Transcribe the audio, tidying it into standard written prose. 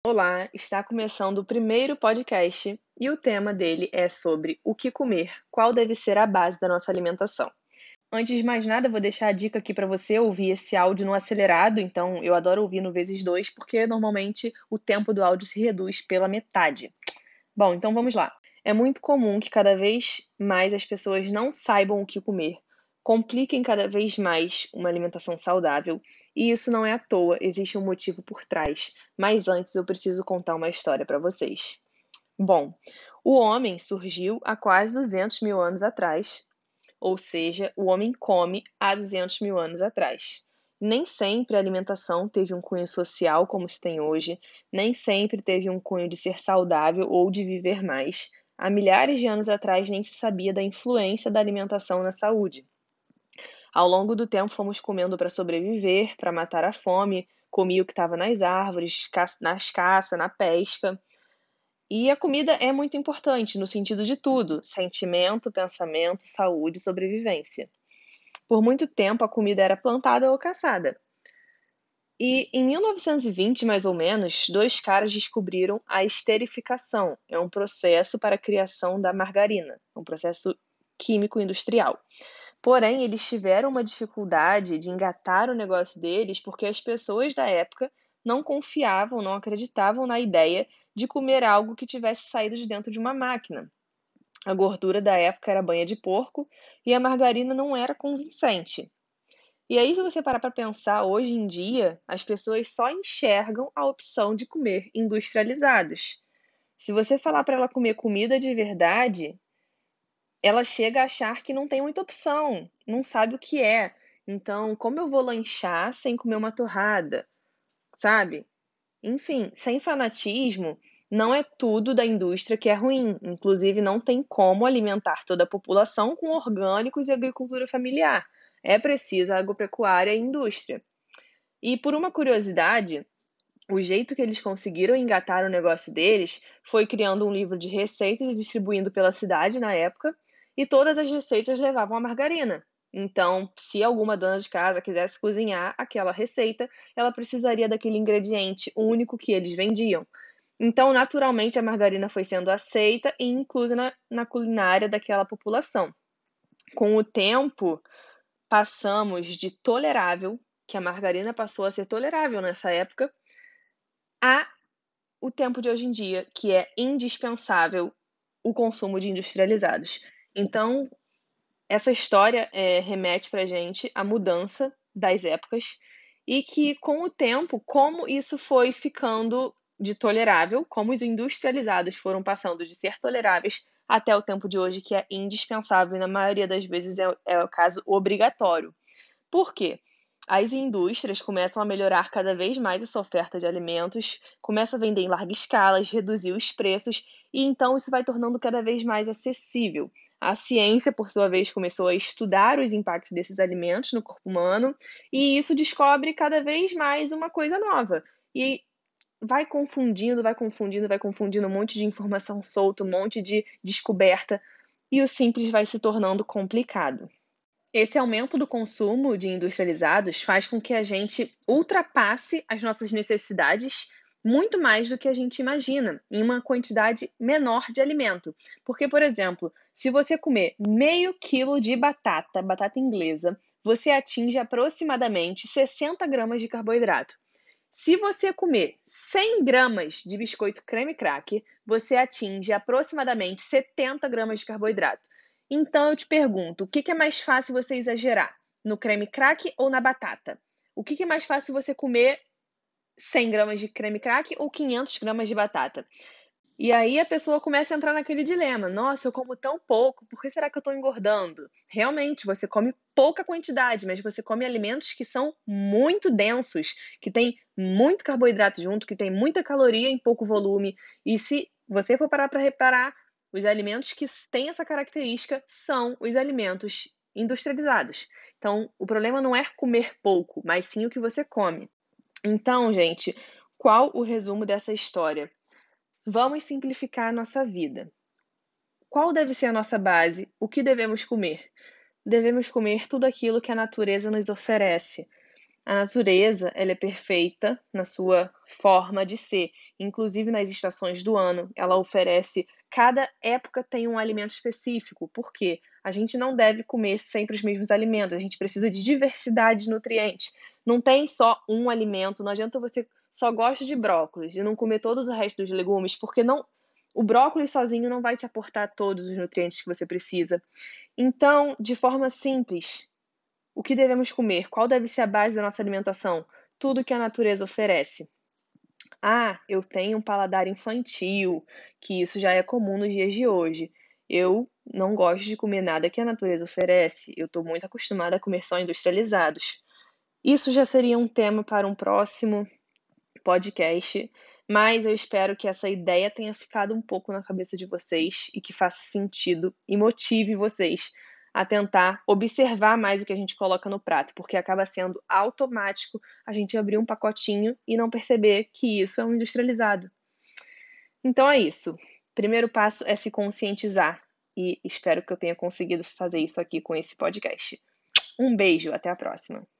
Olá, está começando o primeiro podcast e o tema dele é sobre o que comer, qual deve ser a base da nossa alimentação. Antes de mais nada, vou deixar a dica aqui para você ouvir esse áudio no acelerado, então eu adoro ouvir no vezes 2, porque normalmente o tempo do áudio se reduz pela metade. Bom, então vamos lá. É muito comum que cada vez mais as pessoas não saibam o que comer, compliquem cada vez mais uma alimentação saudável, e isso não é à toa, existe um motivo por trás. Mas antes eu preciso contar uma história para vocês. Bom, o homem surgiu há quase 200 mil anos atrás, ou seja, o homem come há 200 mil anos atrás. Nem sempre a alimentação teve um cunho social como se tem hoje, nem sempre teve um cunho de ser saudável ou de viver mais. Há milhares de anos atrás nem se sabia da influência da alimentação na saúde. Ao longo do tempo fomos comendo para sobreviver, para matar a fome, comia o que estava nas árvores, nas caças, na pesca. E a comida é muito importante no sentido de tudo: sentimento, pensamento, saúde e sobrevivência. Por muito tempo, a comida era plantada ou caçada. E em 1920, mais ou menos, dois caras descobriram a esterificação. É um processo para a criação da margarina, um processo químico industrial. Porém, eles tiveram uma dificuldade de engatar o negócio deles porque as pessoas da época não confiavam, não acreditavam na ideia de comer algo que tivesse saído de dentro de uma máquina. A gordura da época era banha de porco e a margarina não era convincente. E aí, se você parar para pensar, hoje em dia, as pessoas só enxergam a opção de comer industrializados. Se você falar para ela comer comida de verdade, ela chega a achar que não tem muita opção, não sabe o que é. Então, como eu vou lanchar sem comer uma torrada, sabe? Enfim, sem fanatismo, não é tudo da indústria que é ruim. Inclusive, não tem como alimentar toda a população com orgânicos e agricultura familiar. É preciso agropecuária e indústria. E por uma curiosidade, o jeito que eles conseguiram engatar o negócio deles foi criando um livro de receitas e distribuindo pela cidade na época, e todas as receitas levavam a margarina. Então, se alguma dona de casa quisesse cozinhar aquela receita, ela precisaria daquele ingrediente único que eles vendiam. Então, naturalmente, a margarina foi sendo aceita e inclusa na culinária daquela população. Com o tempo, passamos de tolerável, que a margarina passou a ser tolerável nessa época, a o tempo de hoje em dia, que é indispensável o consumo de industrializados. Então, essa história remete para a gente à mudança das épocas e que, com o tempo, como isso foi ficando de tolerável, como os industrializados foram passando de ser toleráveis até o tempo de hoje, que é indispensável e, na maioria das vezes, é o caso obrigatório. Por quê? As indústrias começam a melhorar cada vez mais essa oferta de alimentos, começa a vender em larga escala, reduzir os preços, e então isso vai tornando cada vez mais acessível. A ciência, por sua vez, começou a estudar os impactos desses alimentos no corpo humano, e isso descobre cada vez mais uma coisa nova. E vai confundindo, vai confundindo, vai confundindo um monte de informação solta, um monte de descoberta, e o simples vai se tornando complicado. Esse aumento do consumo de industrializados faz com que a gente ultrapasse as nossas necessidades muito mais do que a gente imagina, em uma quantidade menor de alimento. Porque, por exemplo, se você comer meio quilo de batata, batata inglesa, você atinge aproximadamente 60 gramas de carboidrato. Se você comer 100 gramas de biscoito creme cracker, você atinge aproximadamente 70 gramas de carboidrato. Então eu te pergunto, o que é mais fácil você exagerar? No creme cracker ou na batata? O que é mais fácil você comer 100 gramas de creme cracker ou 500 gramas de batata? E aí a pessoa começa a entrar naquele dilema: nossa, eu como tão pouco, por que será que eu estou engordando? Realmente, você come pouca quantidade, mas você come alimentos que são muito densos, que tem muito carboidrato junto, que tem muita caloria em pouco volume. E se você for parar para reparar, os alimentos que têm essa característica são os alimentos industrializados. Então, o problema não é comer pouco, mas sim o que você come. Então, gente, qual o resumo dessa história? Vamos simplificar a nossa vida. Qual deve ser a nossa base? O que devemos comer? Devemos comer tudo aquilo que a natureza nos oferece. A natureza, ela é perfeita na sua forma de ser, inclusive nas estações do ano. Ela oferece, cada época tem um alimento específico. Por quê? A gente não deve comer sempre os mesmos alimentos, a gente precisa de diversidade de nutrientes. Não tem só um alimento, não adianta você só gosta de brócolis e não comer todos o resto dos legumes, porque não, o brócolis sozinho não vai te aportar todos os nutrientes que você precisa. Então, de forma simples, o que devemos comer? Qual deve ser a base da nossa alimentação? Tudo que a natureza oferece. Ah, eu tenho um paladar infantil, que isso já é comum nos dias de hoje. Eu não gosto de comer nada que a natureza oferece. Eu estou muito acostumada a comer só industrializados. Isso já seria um tema para um próximo podcast, mas eu espero que essa ideia tenha ficado um pouco na cabeça de vocês e que faça sentido e motive vocês a tentar observar mais o que a gente coloca no prato, porque acaba sendo automático a gente abrir um pacotinho e não perceber que isso é um industrializado. Então é isso. Primeiro passo é se conscientizar e espero que eu tenha conseguido fazer isso aqui com esse podcast. Um beijo, até a próxima.